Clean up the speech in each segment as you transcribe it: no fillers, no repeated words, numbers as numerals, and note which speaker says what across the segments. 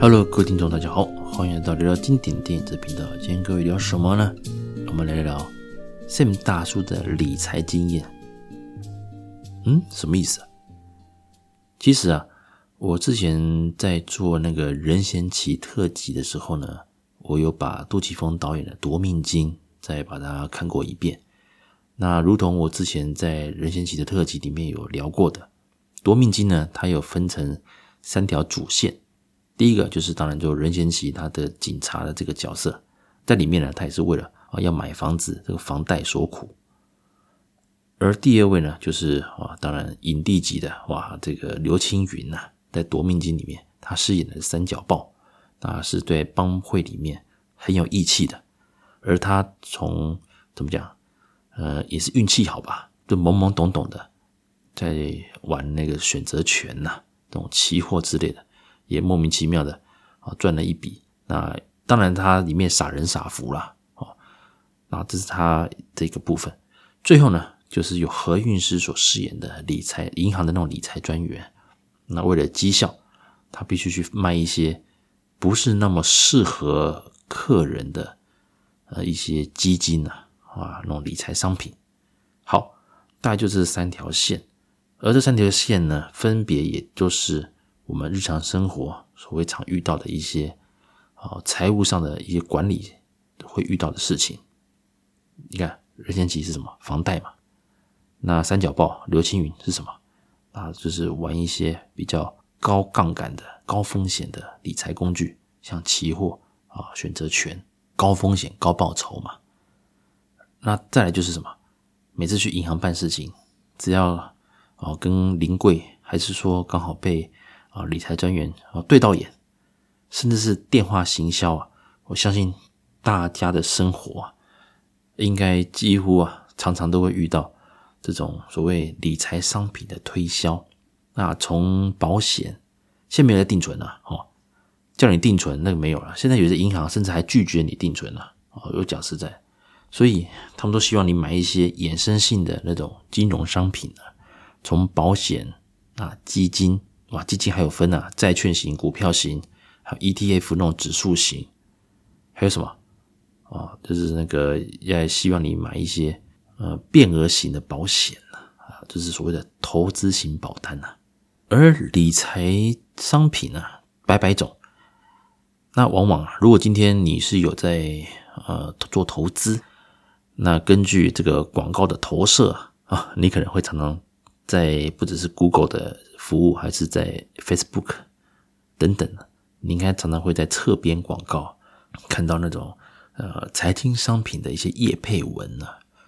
Speaker 1: Hello， 各位听众，大家好，欢迎来到聊聊经典电影这频道。今天各位聊什么呢？我们来聊聊 Sam 大叔的理财经验。什么意思啊？其实啊，我之前在做那个任贤齐特辑的时候呢，我有把杜琪峰导演的《夺命金》再把它看过一遍。那如同我之前在任贤齐的特辑里面有聊过的，《夺命金》呢，它有分成3条主线。第一个就是当然就任贤齐他的警察的这个角色，在里面呢，他也是为了要买房子，这个房贷所苦。而第二位呢，就是当然影帝级的这个刘青云啊，在夺命金里面他饰演的三角豹，那是对帮会里面很有义气的。而他从怎么讲也是运气好吧，就懵懵懂懂的在玩那个选择权啊，这种期货之类的，也莫名其妙的赚了一笔。那当然他里面傻人傻福啦，那这是他的一个部分。最后呢，就是由何韵诗所饰演的银行的那种理财专员，那为了绩效，他必须去卖一些不是那么适合客人的一些基金那种理财商品。好，大概就这3条线。而这3条线呢，分别也就是我们日常生活所会常遇到的一些财务上的一些管理会遇到的事情。你看任贤齐是什么？房贷嘛。那三角豹刘青云是什么？就是玩一些比较高杠杆的高风险的理财工具，像期货选择权，高风险高报酬嘛。那再来就是什么？每次去银行办事情，只要跟临柜还是说刚好被理财专员对到眼，甚至是电话行销我相信大家的生活应该几乎常常都会遇到这种所谓理财商品的推销。那从保险，现在没有在定存叫你定存那个没有了，现在有些银行甚至还拒绝你定存了有讲实在，所以他们都希望你买一些衍生性的那种金融商品从保险基金基金还有分债券型、股票型，还有 ETF 那种指数型，还有什么就是那个也希望你买一些变额型的保险就是所谓的投资型保单而理财商品百百种。那往往如果今天你是有在做投资，那根据这个广告的投射你可能会常常在不只是 Google 的服务，还是在 Facebook 等等你应该常常会在侧边广告看到那种财经商品的一些业配文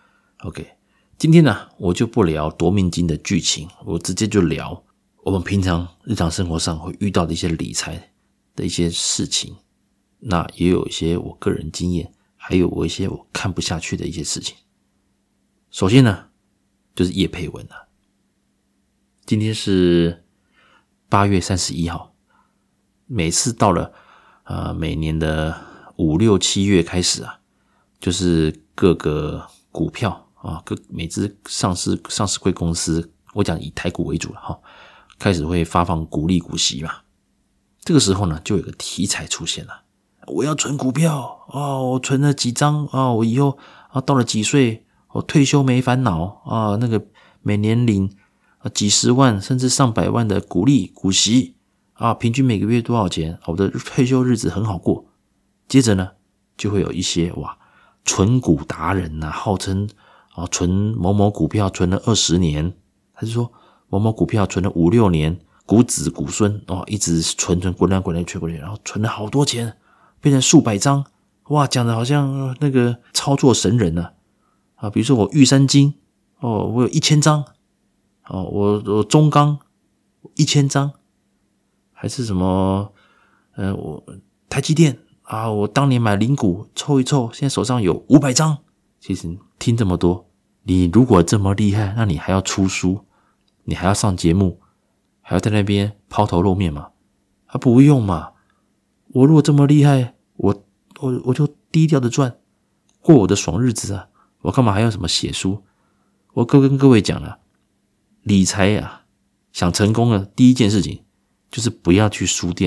Speaker 1: OK， 今天我就不聊夺命金的剧情，我直接就聊我们平常日常生活上会遇到的一些理财的一些事情。那也有一些我个人经验，还有一些我看不下去的一些事情。首先呢，就是业配文今天是8月31号，每次到了每年的5、6、7月开始就是各个股票每只上市柜公司，我讲以台股为主了开始会发放股利股息嘛。这个时候呢，就有个题材出现了，我要存股票我存了几张我以后到了几岁我退休没烦恼那个每年领几十万甚至上百万的股利股息平均每个月多少钱我的退休日子很好过。接着呢，就会有一些存股达人号称存某某股票存了20年，还是说某某股票存了5、6年，股子股孙一直存滚来滚去，然后存了好多钱，变成数百张讲的好像那个操作神人比如说我玉山金我有1000张我中钢1000张，还是什么我台积电我当年买零股凑一凑，现在手上有500张。其实听这么多，你如果这么厉害，那你还要出书，你还要上节目，还要在那边抛头露面吗？不用嘛。我如果这么厉害，我就低调的赚，过我的爽日子我干嘛还要什么写书？我跟各位讲理财想成功的第一件事情就是不要去书店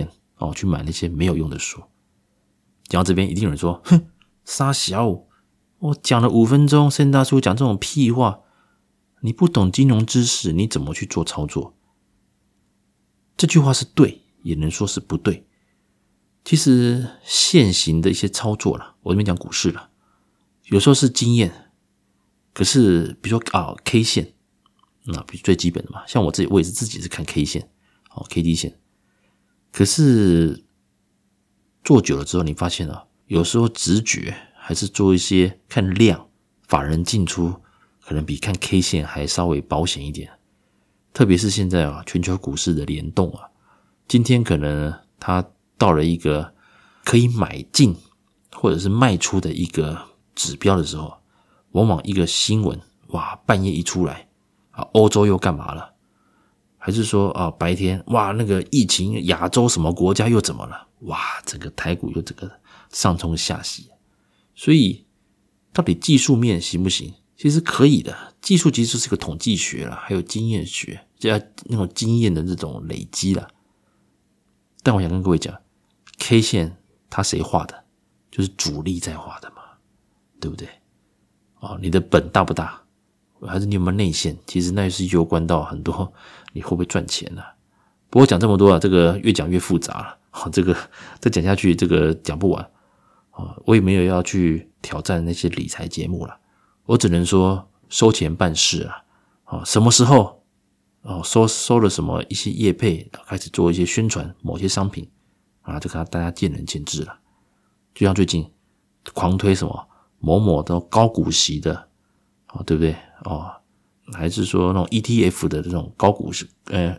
Speaker 1: 去买那些没有用的书。讲到这边一定有人说，哼，傻小，我讲了5分钟，Sam大叔讲这种屁话，你不懂金融知识，你怎么去做操作？这句话是对，也能说是不对。其实现行的一些操作啦，我这边讲股市啦，有时候是经验，可是比如说K 线，那比如最基本的嘛，像我也是自己是看 K 线，KD 线，可是做久了之后，你发现有时候直觉还是做一些看量，法人进出，可能比看 K 线还稍微保险一点。特别是现在全球股市的联动今天可能它到了一个可以买进或者是卖出的一个指标的时候，往往一个新闻半夜一出来欧洲又干嘛了，还是说白天那个疫情亚洲什么国家又怎么了，整个台股又这个上冲下洗。所以到底技术面行不行？其实可以的，技术其实是个统计学啦，还有经验学，就要那种经验的这种累积啦。但我想跟各位讲 K 线它谁画的？就是主力在画的嘛，对不对？你的本大不大，还是你有没有内线，其实那也是攸关到很多你会不会赚钱啦。不过讲这么多这个越讲越复杂了，这个再讲下去这个讲不完我也没有要去挑战那些理财节目啦，我只能说收钱办事什么时候收了什么一些业配，开始做一些宣传某些商品这个大家见仁见智了。就像最近狂推什么某某的高股息的对不对还是说那种 ETF 的这种高股息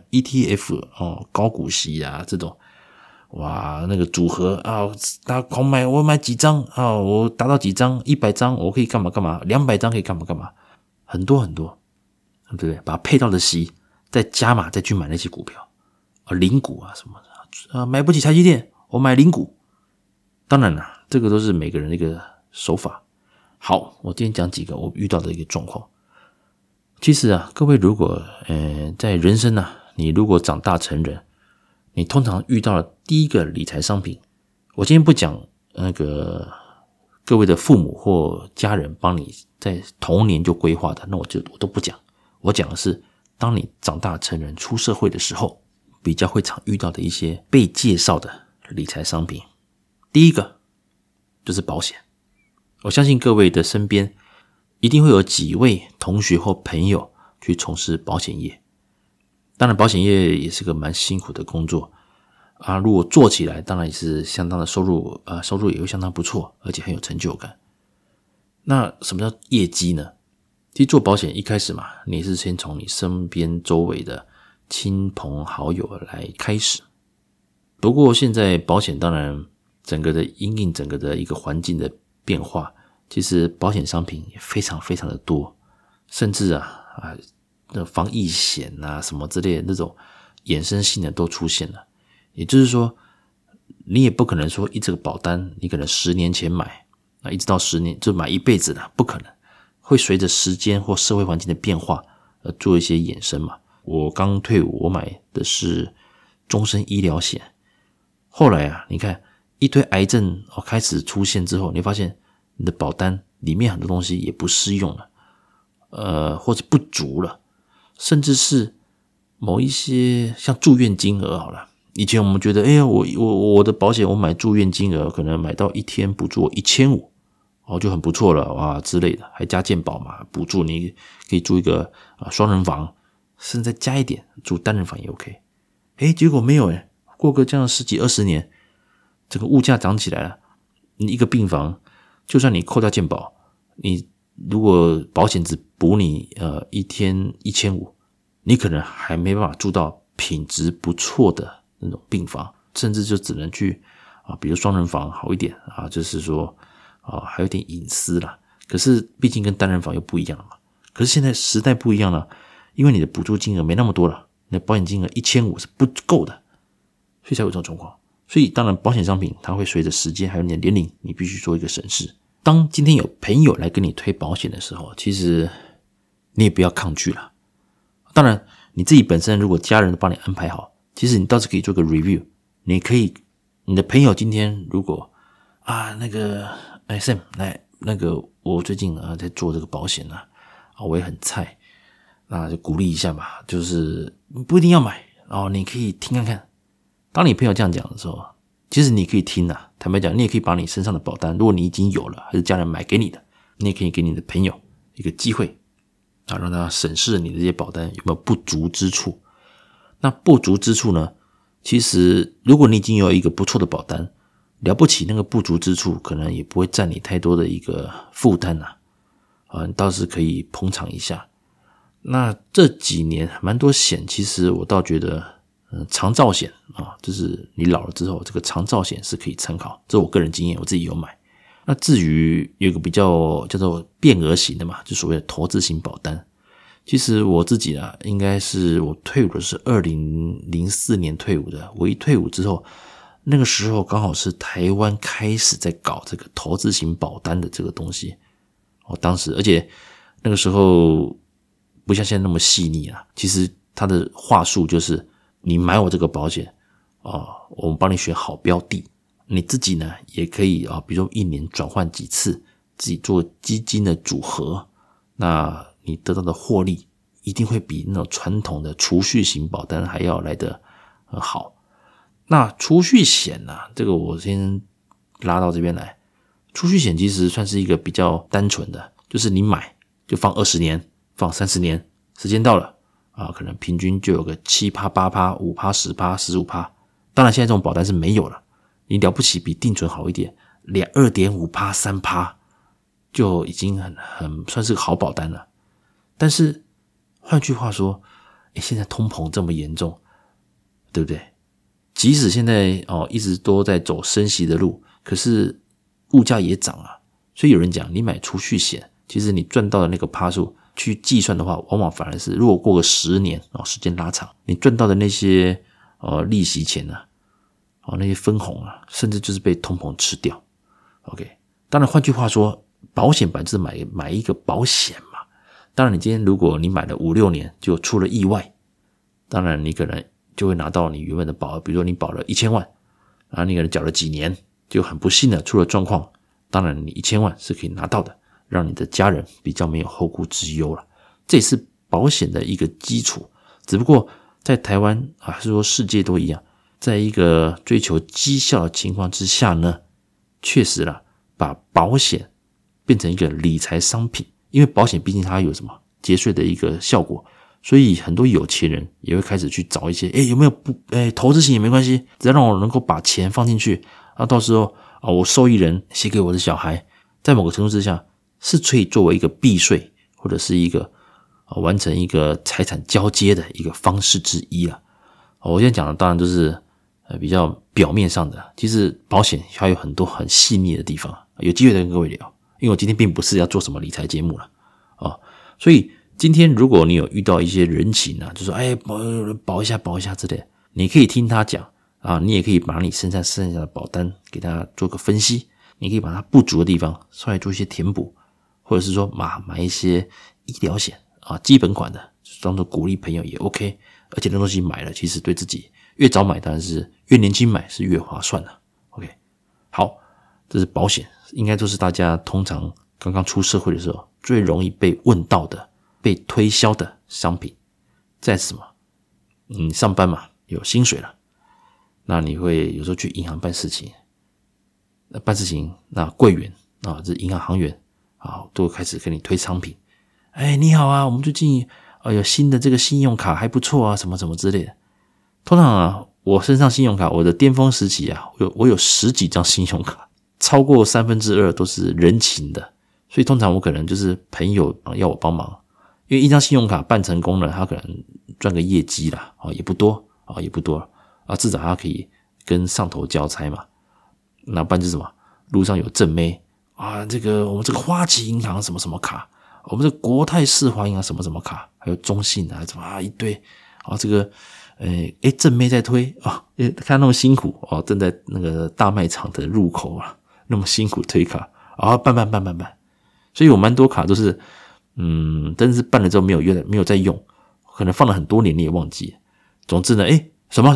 Speaker 1: ETF 高股息这种那个组合大家狂买，我买几张我达到几张100张我可以干嘛干嘛，200张可以干嘛干嘛，很多很多，对不对？把配到的息再加码再去买那些股票零股什么的买不起台积电我买零股。当然了，这个都是每个人的一个手法。好，我今天讲几个我遇到的一个状况。其实各位如果在人生你如果长大成人，你通常遇到了第一个理财商品，我今天不讲那个各位的父母或家人帮你在童年就规划的，那我都不讲。我讲的是当你长大成人出社会的时候，比较会常遇到的一些被介绍的理财商品。第一个就是保险。我相信各位的身边一定会有几位同学或朋友去从事保险业。当然保险业也是个蛮辛苦的工作如果做起来当然也是相当的收入也会相当不错，而且很有成就感。那什么叫业绩呢？其实做保险一开始嘛，你是先从你身边周围的亲朋好友来开始。不过现在保险当然整个的因应整个的一个环境的变化，其实保险商品也非常非常的多，甚至防疫险什么之类的那种衍生性的都出现了。也就是说你也不可能说这个保单你可能10年前买一直到10年就买一辈子了，不可能，会随着时间或社会环境的变化而做一些衍生嘛。我刚退伍，我买的是终身医疗险，后来你看一堆癌症开始出现之后，你发现你的保单里面很多东西也不适用了或者不足了，甚至是某一些像住院金额好了，以前我们觉得我的保险我买住院金额可能买到一天补助1500就很不错了之类的，还加健保嘛，补助你可以住一个双人房，甚至再加一点住单人房也 OK。结果没有过个这样10几20年，这个物价涨起来了，你一个病房就算你扣掉健保，你如果保险只补你一天1500，你可能还没办法住到品质不错的那种病房，甚至就只能去比如双人房好一点就是说还有点隐私啦。可是毕竟跟单人房又不一样了嘛。可是现在时代不一样了，因为你的补助金额没那么多了，你的保险金额1500是不够的，所以才有这种状况。所以当然保险商品它会随着时间还有你的年龄，你必须做一个审视。当今天有朋友来跟你推保险的时候，其实你也不要抗拒啦。当然你自己本身如果家人都帮你安排好，其实你倒是可以做个 review， 你可以你的朋友今天如果Sam 来，我最近在做这个保险我也很菜，那就鼓励一下嘛，就是不一定要买你可以听看看。当你朋友这样讲的时候，其实你可以听坦白讲，你也可以把你身上的保单，如果你已经有了，还是家人买给你的，你也可以给你的朋友一个机会让他审视你的这些保单有没有不足之处。那不足之处呢，其实如果你已经有一个不错的保单，了不起那个不足之处可能也不会占你太多的一个负担你倒是可以捧场一下。那这几年蛮多险，其实我倒觉得长照险就是你老了之后，这个长照险是可以参考，这是我个人经验，我自己有买。那至于有一个比较叫做变额型的嘛，就所谓的投资型保单，其实我自己应该是我退伍的是2004年退伍的。我一退伍之后，那个时候刚好是台湾开始在搞这个投资型保单的这个东西当时而且那个时候不像现在那么细腻其实它的话术就是你买我这个保险我们帮你选好标的，你自己呢也可以比如说一年转换几次，自己做基金的组合，那你得到的获利一定会比那种传统的储蓄型保单还要来得好。那储蓄险这个我先拉到这边来。储蓄险其实算是一个比较单纯的，就是你买就放20年，放30年，时间到了可能平均就有个 7%、8%、5%、10%、15%。当然现在这种保单是没有了，你了不起比定存好一点 2.5%、3% 就已经很算是个好保单了。但是换句话说现在通膨这么严重，对不对？即使现在一直都在走升息的路，可是物价也涨所以有人讲你买储蓄险，其实你赚到的那个趴数去计算的话，往往反而是如果过个10年时间拉长，你赚到的那些利息钱那些分红甚至就是被通膨吃掉。 OK， 当然换句话说，保险本来就是买一个保险嘛。当然你今天如果你买了5-6年就出了意外，当然你可能就会拿到你原本的保额，比如说你保了1000万，然后你可能缴了几年，就很不幸的出了状况，当然你1000万是可以拿到的，让你的家人比较没有后顾之忧了。这也是保险的一个基础，只不过在台湾还是说世界都一样，在一个追求绩效的情况之下呢，确实把保险变成一个理财商品。因为保险毕竟它有什么节税的一个效果，所以很多有钱人也会开始去找一些有没有投资型也没关系，只要让我能够把钱放进去到时候我受益人写给我的小孩，在某个程度之下是可以作为一个避税或者是一个完成一个财产交接的一个方式之一我现在讲的当然就是比较表面上的，其实保险还有很多很细腻的地方，有机会再跟各位聊。因为我今天并不是要做什么理财节目了所以今天如果你有遇到一些人情就说保一下之类的，你可以听他讲你也可以把你身上剩下的保单给他做个分析，你可以把它不足的地方稍微做一些填补，或者是说买一些医疗险基本款的，当做鼓励朋友也 OK。 而且那东西买了，其实对自己越早买当然是越年轻买是越划算的。 OK， 好，这是保险，应该都是大家通常刚刚出社会的时候最容易被问到的、被推销的商品。再是什么？你上班嘛，有薪水了，那你会有时候去银行办事情，那柜员这银行行员都会开始跟你推商品。你好我们最近有新的这个信用卡还不错什么什么之类的。通常我身上信用卡，我的巅峰时期我有10几张信用卡，超过2/3都是人情的，所以通常我可能就是朋友要我帮忙，因为一张信用卡办成功了，他可能赚个业绩啦也不多至少他可以跟上头交差嘛。那不然就是什么，路上有正妹这个我们这个花旗银行什么什么卡，我们这个国泰世华银行什么什么卡，还有中信什么一堆这个正妹在推看那么辛苦正在那个大卖场的入口那么辛苦推卡办，所以我蛮多卡都是但是办了之后没有再用，可能放了很多年你也忘记。总之呢什么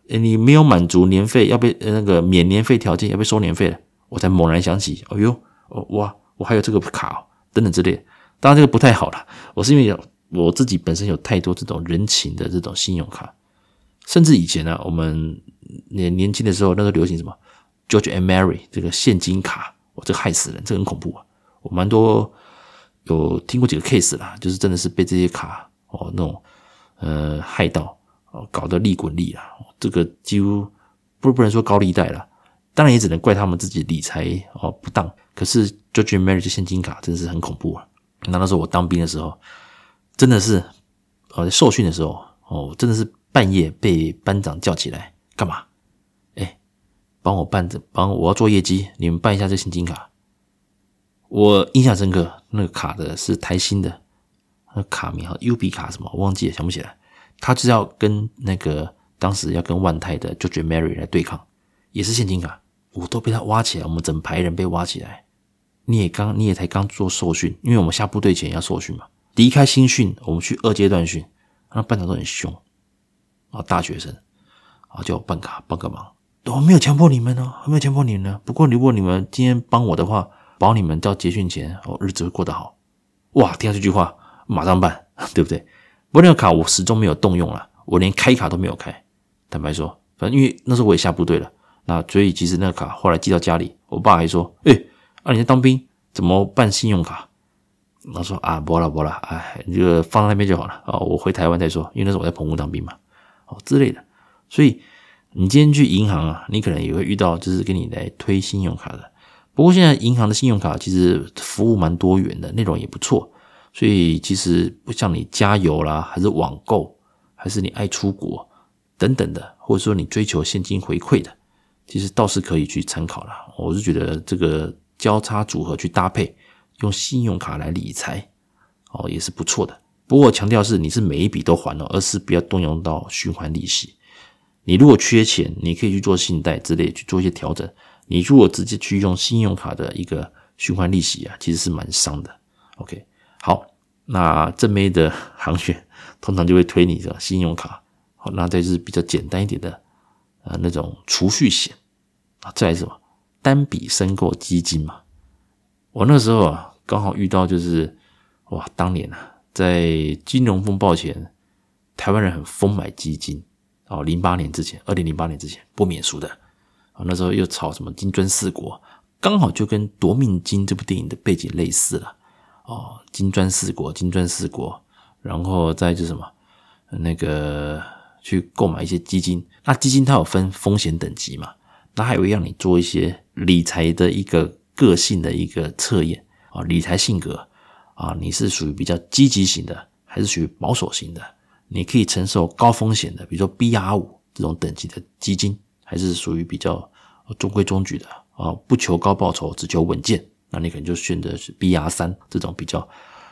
Speaker 1: 你没有满足年费要被那个免年费条件要被收年费了，我才猛然想起，哎呦，哇，我还有这个卡等等之类的。当然这个不太好啦，我是因为我自己本身有太多这种人情的这种信用卡，甚至以前呢，我们年轻的时候那个流行什么 George and Mary 这个现金卡，这个害死人，这个很恐怖啊！我蛮多有听过几个 case 啦，就是真的是被这些卡那种害到搞得利滚利啦，这个几乎不能说高利贷啦，当然也只能怪他们自己理财不当。可是 George and Mary 这现金卡真的是很恐怖啊！那时候我当兵的时候，真的是在受训的时候真的是半夜被班长叫起来干嘛？帮我要做业绩，你们办一下这现金卡。我印象深刻，那个卡的是台新的，那个卡名UB 卡什么我忘记了，想不起来。他就是要跟那个当时要跟万泰的 George and Mary 来对抗，也是现金卡，我都被他挖起来，我们整排人被挖起来。你也才刚做受训，因为我们下部队前要受训嘛。离开新训，我们去2阶段训，那班长都很凶大学生叫我办卡帮个忙，我没有强迫你们没有强迫你们不过如果你们今天帮我的话，保你们到结训前日子会过得好。哇，听到这句话马上办，对不对？不过那个卡我始终没有动用啦，我连开卡都没有开。坦白说，反正因为那时候我也下部队了，那所以其实那个卡后来寄到家里，我爸还说你在当兵怎么办信用卡？他说没啦，你这个放在那边就好了我回台湾再说，因为那时候我在澎湖当兵嘛之类的。所以你今天去银行你可能也会遇到就是给你来推信用卡的。不过现在银行的信用卡其实服务蛮多元的，内容也不错，所以其实不像你加油啦，还是网购，还是你爱出国等等的，或者说你追求现金回馈的，其实倒是可以去参考啦。我是觉得这个交叉组合去搭配，用信用卡来理财也是不错的。不过我强调是你是每一笔都还而是不要动用到循环利息。你如果缺钱，你可以去做信贷之类去做一些调整。你如果直接去用信用卡的一个循环利息其实是蛮伤的。OK， 好，那正妹的行员通常就会推你的信用卡，那再就是比较简单一点的那种储蓄险再来是什么单笔申购基金嘛。我那时候刚好遇到就是当年在金融风暴前，台湾人很疯买基金2008年之前不免俗的那时候又炒什么金砖四国，刚好就跟夺命金这部电影的背景类似了金砖四国，然后再就是什么那个去购买一些基金。那基金它有分风险等级嘛，那还有让你做一些理财的一个个性的一个测验理财性格你是属于比较积极型的还是属于保守型的，你可以承受高风险的比如说 BR5 这种等级的基金，还是属于比较中规中矩的不求高报酬只求稳健，那你可能就选择是 BR3 这种比较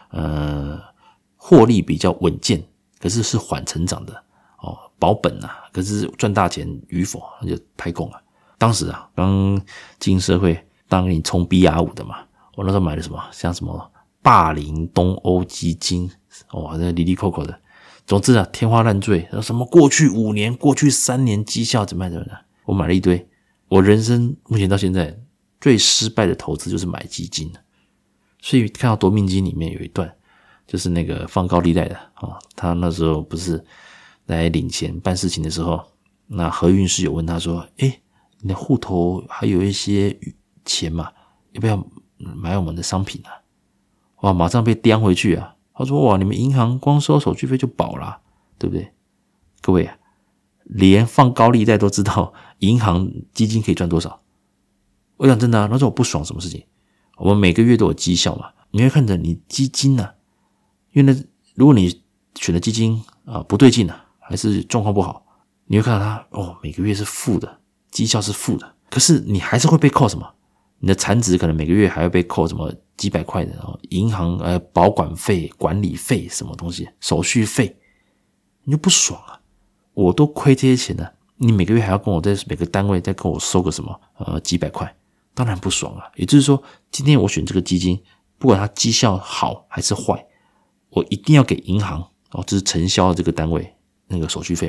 Speaker 1: 获利比较稳健，可是是缓成长的保本可是赚大钱与否那就拍供当时刚进社会，当然给你冲 BR5 的嘛。我那时候买了什么像什么霸凌东欧基金那里里扣扣的，总之天花乱坠，什么过去5年过去3年绩效怎么样，我买了一堆。我人生目前到现在最失败的投资就是买基金。所以看到夺命金里面有一段就是那个放高利贷的他那时候不是来领钱办事情的时候，那何运师有问他说你的户头还有一些钱嘛，要不要买我们的商品马上被颠回去他说你们银行光收手续费就饱了对不对？各位连放高利贷都知道银行基金可以赚多少。我讲真的那时候我不爽什么事情，我们每个月都有绩效嘛，你会看着你基金因为如果你选的基金不对劲还是状况不好，你会看到它每个月是负的，绩效是负的，可是你还是会被扣什么？你的产值可能每个月还会被扣什么几百块的银行保管费、管理费什么东西、手续费，你就不爽我都亏这些钱了，你每个月还要跟我在每个单位再跟我收个什么几百块，当然不爽也就是说，今天我选这个基金，不管它绩效好还是坏，我一定要给银行这是承销的这个单位那个手续费嘛。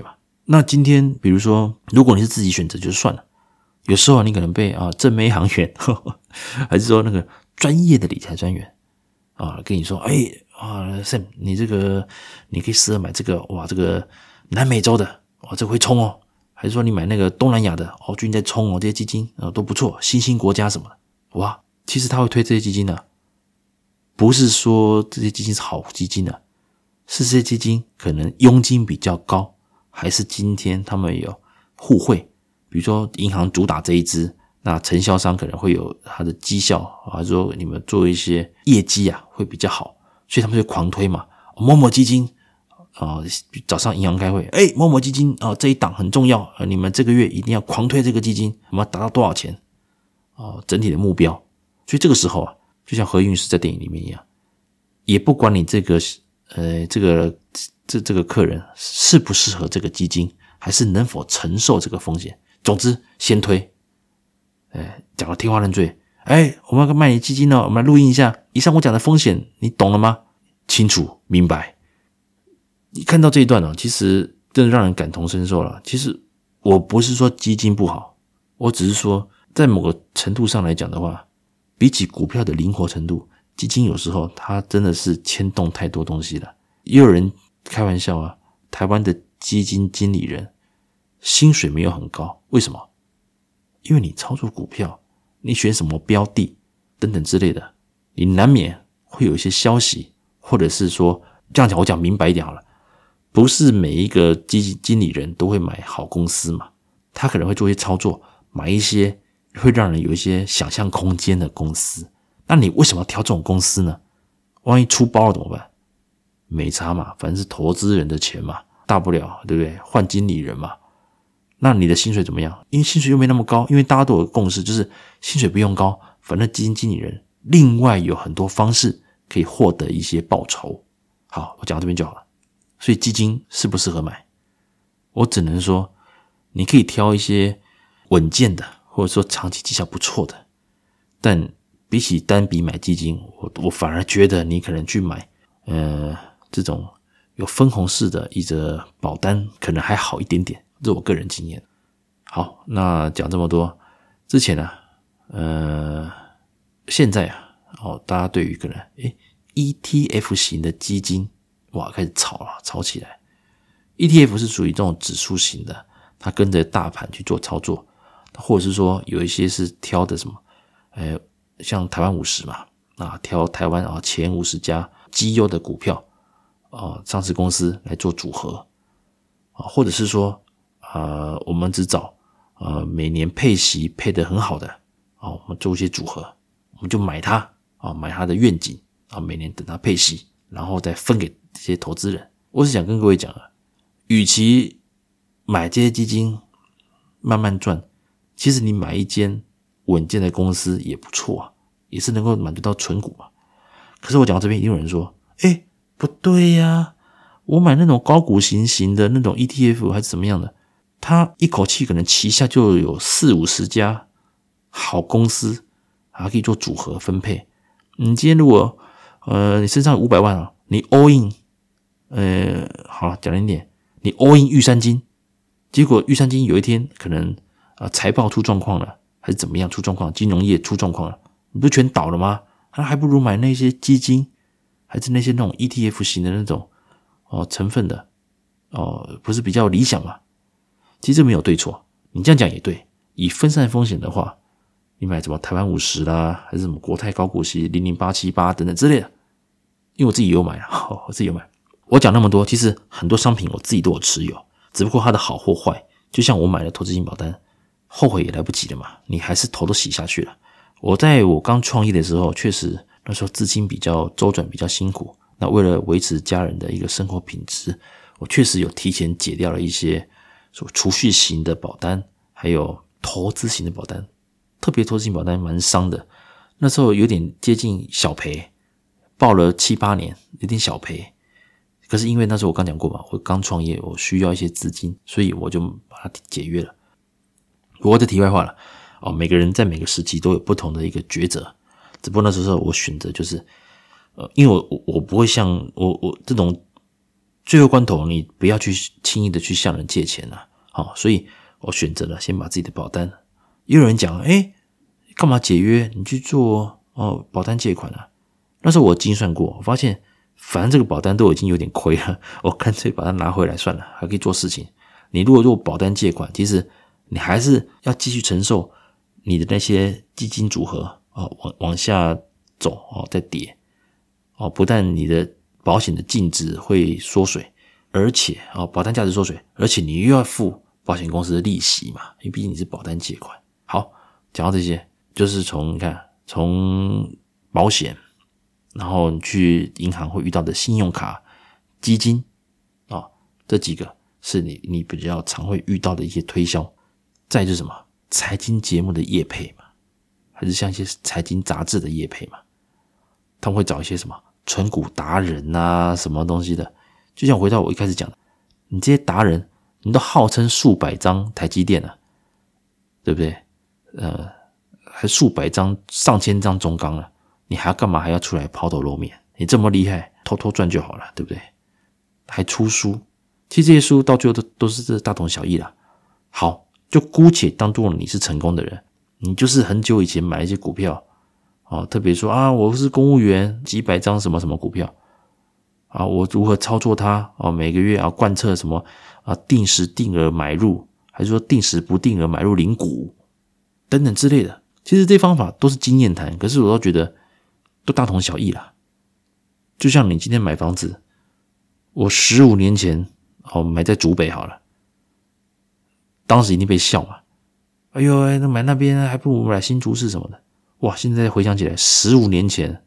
Speaker 1: 那今天比如说如果你是自己选择就算了，有时候你可能被正妹行员还是说那个专业的理财专员跟你说Sam 你这个你可以适合买这个这个南美洲的这个会冲哦，还是说你买那个东南亚的最近在冲这些基金都不错，新兴国家什么的其实他会推这些基金不是说这些基金是好基金是这些基金可能佣金比较高，还是今天他们有互惠，比如说银行主打这一支，那承销商可能会有他的绩效还是说你们做一些业绩会比较好，所以他们就狂推嘛。某某基金早上银行开会，某某基金这一档很重要，你们这个月一定要狂推这个基金，我们要达到多少钱整体的目标。所以这个时候就像何韵诗在电影里面一样，也不管你这个客人适不适合这个基金，还是能否承受这个风险，总之先推。讲到天花乱坠，我们要卖你基金我们来录音一下，以上我讲的风险你懂了吗？清楚明白。你看到这一段其实真的让人感同身受了。其实我不是说基金不好，我只是说在某个程度上来讲的话，比起股票的灵活程度，基金有时候它真的是牵动太多东西了。也有人开玩笑台湾的基金经理人薪水没有很高，为什么？因为你操作股票，你选什么标的等等之类的，你难免会有一些消息，或者是说这样讲我讲明白一点好了，不是每一个基金经理人都会买好公司嘛，他可能会做一些操作，买一些会让人有一些想象空间的公司。那你为什么要挑这种公司呢？万一出包了怎么办？没差嘛，反正是投资人的钱嘛，大不了对不对？换经理人嘛。那你的薪水怎么样？因为薪水又没那么高，因为大家都有共识，就是薪水不用高，反正基金经理人另外有很多方式可以获得一些报酬。好，我讲到这边就好了。所以基金适不适合买，我只能说你可以挑一些稳健的，或者说长期绩效不错的，但比起单笔买基金，我反而觉得你可能去买这种有分红式的一则保单可能还好一点点，这是我个人经验。好，那讲这么多之前现在大家对于可能ETF 型的基金开始炒起来。ETF 是属于这种指数型的，它跟着大盘去做操作，或者是说有一些是挑的什么像台湾50嘛，挑台湾前50家绩优的股票上市公司来做组合，或者是说我们只找每年配息配得很好的我们做一些组合，我们就买它买它的愿景每年等它配息，然后再分给这些投资人。我是想跟各位讲与其买这些基金慢慢赚，其实你买一间稳健的公司也不错也是能够满足到存股嘛。可是我讲到这边，一定有人说不对呀，我买那种高股型的那种 ETF 还是怎么样的，它一口气可能旗下就有40-50家好公司还可以做组合分配。你今天如果你身上有500万你 all in 好讲一点，你 all in 玉山金，结果玉山金有一天可能财报出状况了，还是怎么样出状况，金融业出状况了，你不是全倒了吗？还不如买那些基金，还是那些那种 ETF 型的那种成分的不是比较理想吗？其实这没有对错，你这样讲也对。以分散风险的话，你买什么台湾50啦，还是什么国泰高股息00878等等之类的，因为我自己有买我自己有买。我讲那么多，其实很多商品我自己都有持有，只不过它的好或坏，就像我买了投资型保单，后悔也来不及了嘛，你还是头都洗下去了。在我刚创业的时候，确实那时候资金比较周转比较辛苦，那为了维持家人的一个生活品质，我确实有提前解掉了一些储蓄型的保单，还有投资型的保单。特别投资型保单蛮伤的，那时候有点接近小赔，报了7-8年，有点小赔。可是因为那时候我刚讲过嘛，我刚创业，我需要一些资金，所以我就把它解约了。不过这题外话了每个人在每个时期都有不同的一个抉择，只不过那时候我选择就是因为我不会像我这种最后关头你不要去轻易的去向人借钱啊。所以我选择了先把自己的保单。也有人讲干嘛解约，你去做保单借款啊。那时候我精算过，我发现反正这个保单都已经有点亏了，我干脆把它拿回来算了，还可以做事情。你如果做保单借款，其实你还是要继续承受你的那些基金组合往下走再跌不但你的保险的净值会缩水，而且保单价值缩水，而且你又要付保险公司的利息嘛，因为毕竟你是保单借款。好，讲到这些，就是从保险，然后你去银行会遇到的信用卡、基金这几个是你比较常会遇到的一些推销。再就是什么财经节目的业配嘛，还是像一些财经杂志的业配嘛，他们会找一些什么存股达人啊什么东西的。就像回到我一开始讲的，你这些达人你都号称数百张台积电了，对不对？还数百张上千张中钢了，你还要干嘛还要出来抛头露面？你这么厉害，偷偷赚就好了，对不对？还出书，其实这些书到最后都是大同小异啦。好，就姑且当作你是成功的人，你就是很久以前买一些股票特别说我是公务员，几百张什么什么股票我如何操作它每个月贯彻什么定时定额买入，还是说定时不定额买入领股等等之类的。其实这些方法都是经验谈，可是我都觉得都大同小异啦。就像你今天买房子，我15年前买在竹北好了，当时一定被笑嘛，哎呦那买那边还不如买新竹市什么的。哇，现在回想起来15年前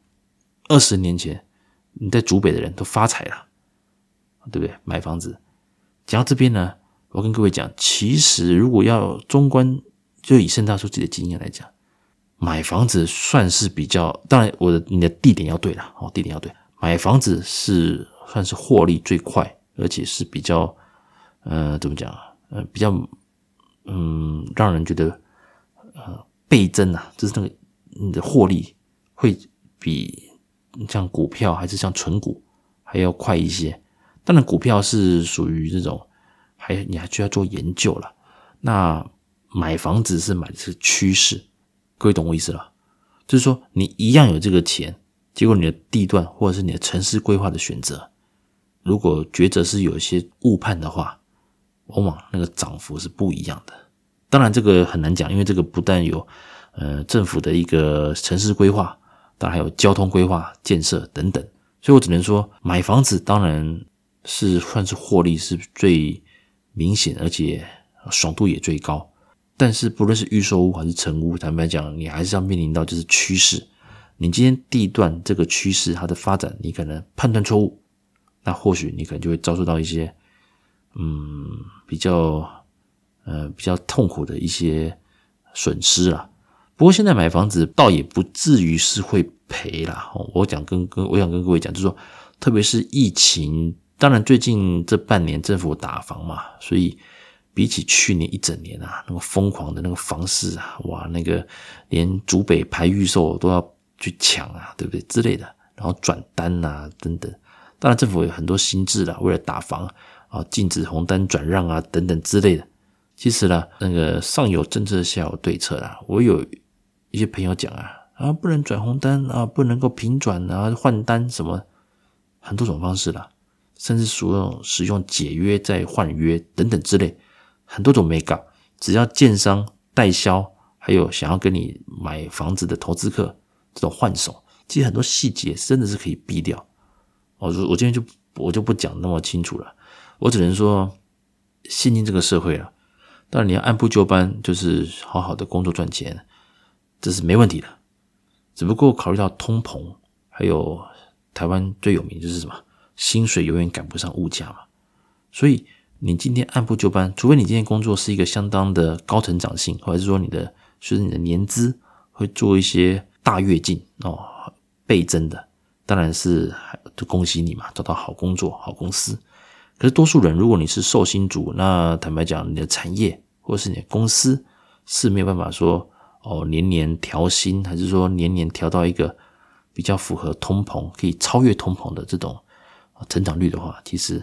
Speaker 1: 20年前你在竹北的人都发财了，对不对？买房子讲到这边呢，我跟各位讲，其实如果要中观，就以盛大叔自己的经验来讲，买房子算是比较，当然你的地点要对啦地点要对，买房子算是获利最快，而且是比较怎么讲比较让人觉得倍增就是那个你的获利会比像股票还是像存股还要快一些。当然股票是属于这种你还需要做研究啦。那买房子是买的是趋势，各位懂我意思了？就是说你一样有这个钱，结果你的地段或者是你的城市规划的选择，如果抉择是有一些误判的话，往往那个涨幅是不一样的。当然这个很难讲，因为这个不但有政府的一个城市规划，当然还有交通规划建设等等，所以我只能说买房子当然是算是获利是最明显，而且爽度也最高。但是不论是预售屋还是成屋，坦白讲你还是要面临到就是趋势。你今天地段这个趋势它的发展你可能判断错误，那或许你可能就会遭受到一些比较痛苦的一些损失啦。不过现在买房子倒也不至于是会赔啦。我想跟各位讲，就是说特别是疫情，当然最近这半年政府打房嘛，所以比起去年一整年那个疯狂的那个房市哇，那个连竹北排预售都要去抢对不对之类的，然后转单等等。当然政府有很多新制啦，为了打房禁止红单转让等等之类的。其实啦，那个上有政策下有对策啦。我有一些朋友讲不能转红单不能够平转换单什么，很多种方式啦，甚至使用解约再换约等等之类，很多种美感。只要建商、代销还有想要跟你买房子的投资客这种换手，其实很多细节真的是可以避掉。我今天我就不讲那么清楚了，我只能说现今这个社会当然你要按部就班，就是好好的工作赚钱，这是没问题的。只不过考虑到通膨，还有台湾最有名就是什么，薪水永远赶不上物价嘛。所以你今天按部就班，除非你今天工作是一个相当的高成长性，或者是说你的年资会做一些大跃进倍增的，当然是就恭喜你嘛，找到好工作好公司。可是多数人，如果你是受薪族，那坦白讲你的产业或者是你的公司是没有办法说年年调薪，还是说年年调到一个比较符合通膨可以超越通膨的这种成长率的话，其实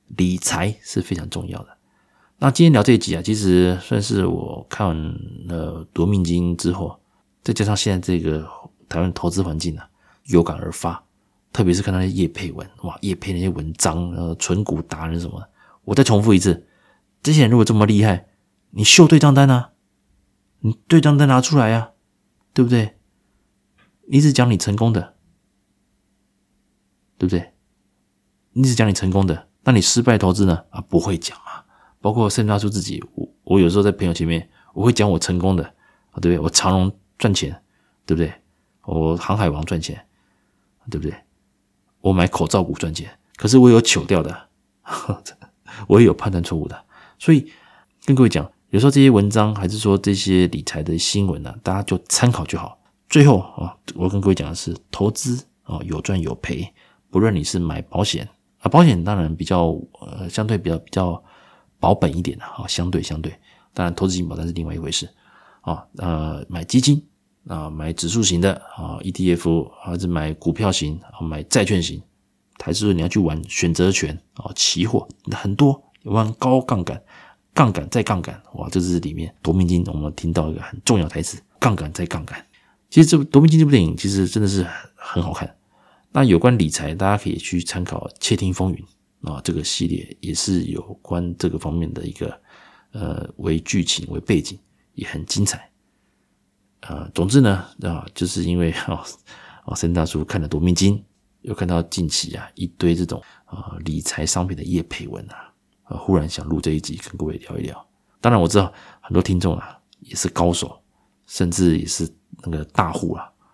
Speaker 1: 理财是非常重要的。那今天聊这一集啊，其实算是我看了夺命金之后，再加上现在这个台湾投资环境啊，有感而发。特别是看到那些业配文，哇，业配那些文章，存股达人什么的。我再重复一次，这些人如果这么厉害，你秀对账单啊，你对账单拿出来啊，对不对？你只讲你成功的，对不对？你只讲你成功的，那你失败投资呢？啊，不会讲啊。包括Sam大叔自己，我有时候在朋友前面，我会讲我成功的，对不对？我长荣赚钱，对不对？我航海王赚钱，对不对？我买口罩股赚钱，可是我有糗掉的，我也有判断错误的。所以跟各位讲，有时候这些文章还是说这些理财的新闻啊，大家就参考就好。最后啊，我跟各位讲的是，投资啊有赚有赔，不论你是买保险啊，保险当然比较相对比较保本一点的啊，相对，当然投资型保单是另外一回事啊。买基金啊，买指数型的啊 ETF， 还是买股票型啊，买债券型，还是说你要去玩选择权啊，期货很多，玩高杠杆，杠杆再杠杆，哇，这是里面夺命金我们听到一个很重要的台词，杠杆再杠杆。其实这夺命金这部电影其实真的是很好看。那有关理财，大家可以去参考《窃听风云》啊，这个系列也是有关这个方面的一个为剧情为背景，也很精彩。总之呢就是因为Sam大叔看了夺命金，又看到近期啊一堆这种理财商品的业配文忽然想录这一集跟各位聊一聊。当然我知道很多听众啊也是高手，甚至也是那个大户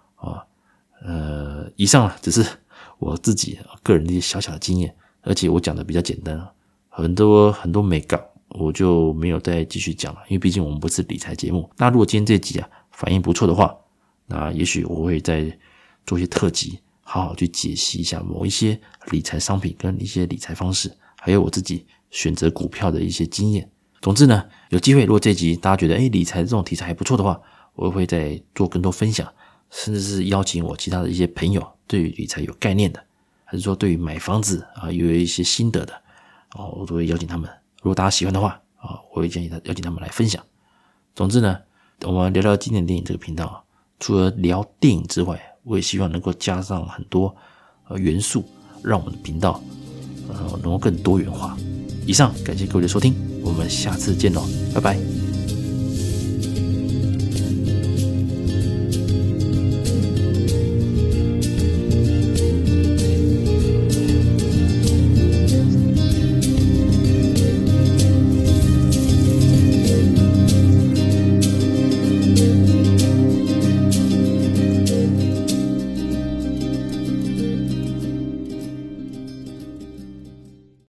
Speaker 1: 以上只是我自己个人的一些小小的经验，而且我讲的比较简单很多美感我就没有再继续讲了，因为毕竟我们不是理财节目。那如果今天这集反应不错的话，那也许我会再做一些特辑，好好去解析一下某一些理财商品跟一些理财方式，还有我自己选择股票的一些经验。总之呢，有机会如果这集大家觉得理财这种题材还不错的话，我会再做更多分享，甚至是邀请我其他的一些朋友对于理财有概念的，还是说对于买房子有一些心得的我都会邀请他们。如果大家喜欢的话我会邀请他们来分享。总之呢，我们聊聊经典电影这个频道除了聊电影之外，我也希望能够加上很多元素，让我们的频道能够更多元化。以上感谢各位的收听，我们下次见咯，拜拜。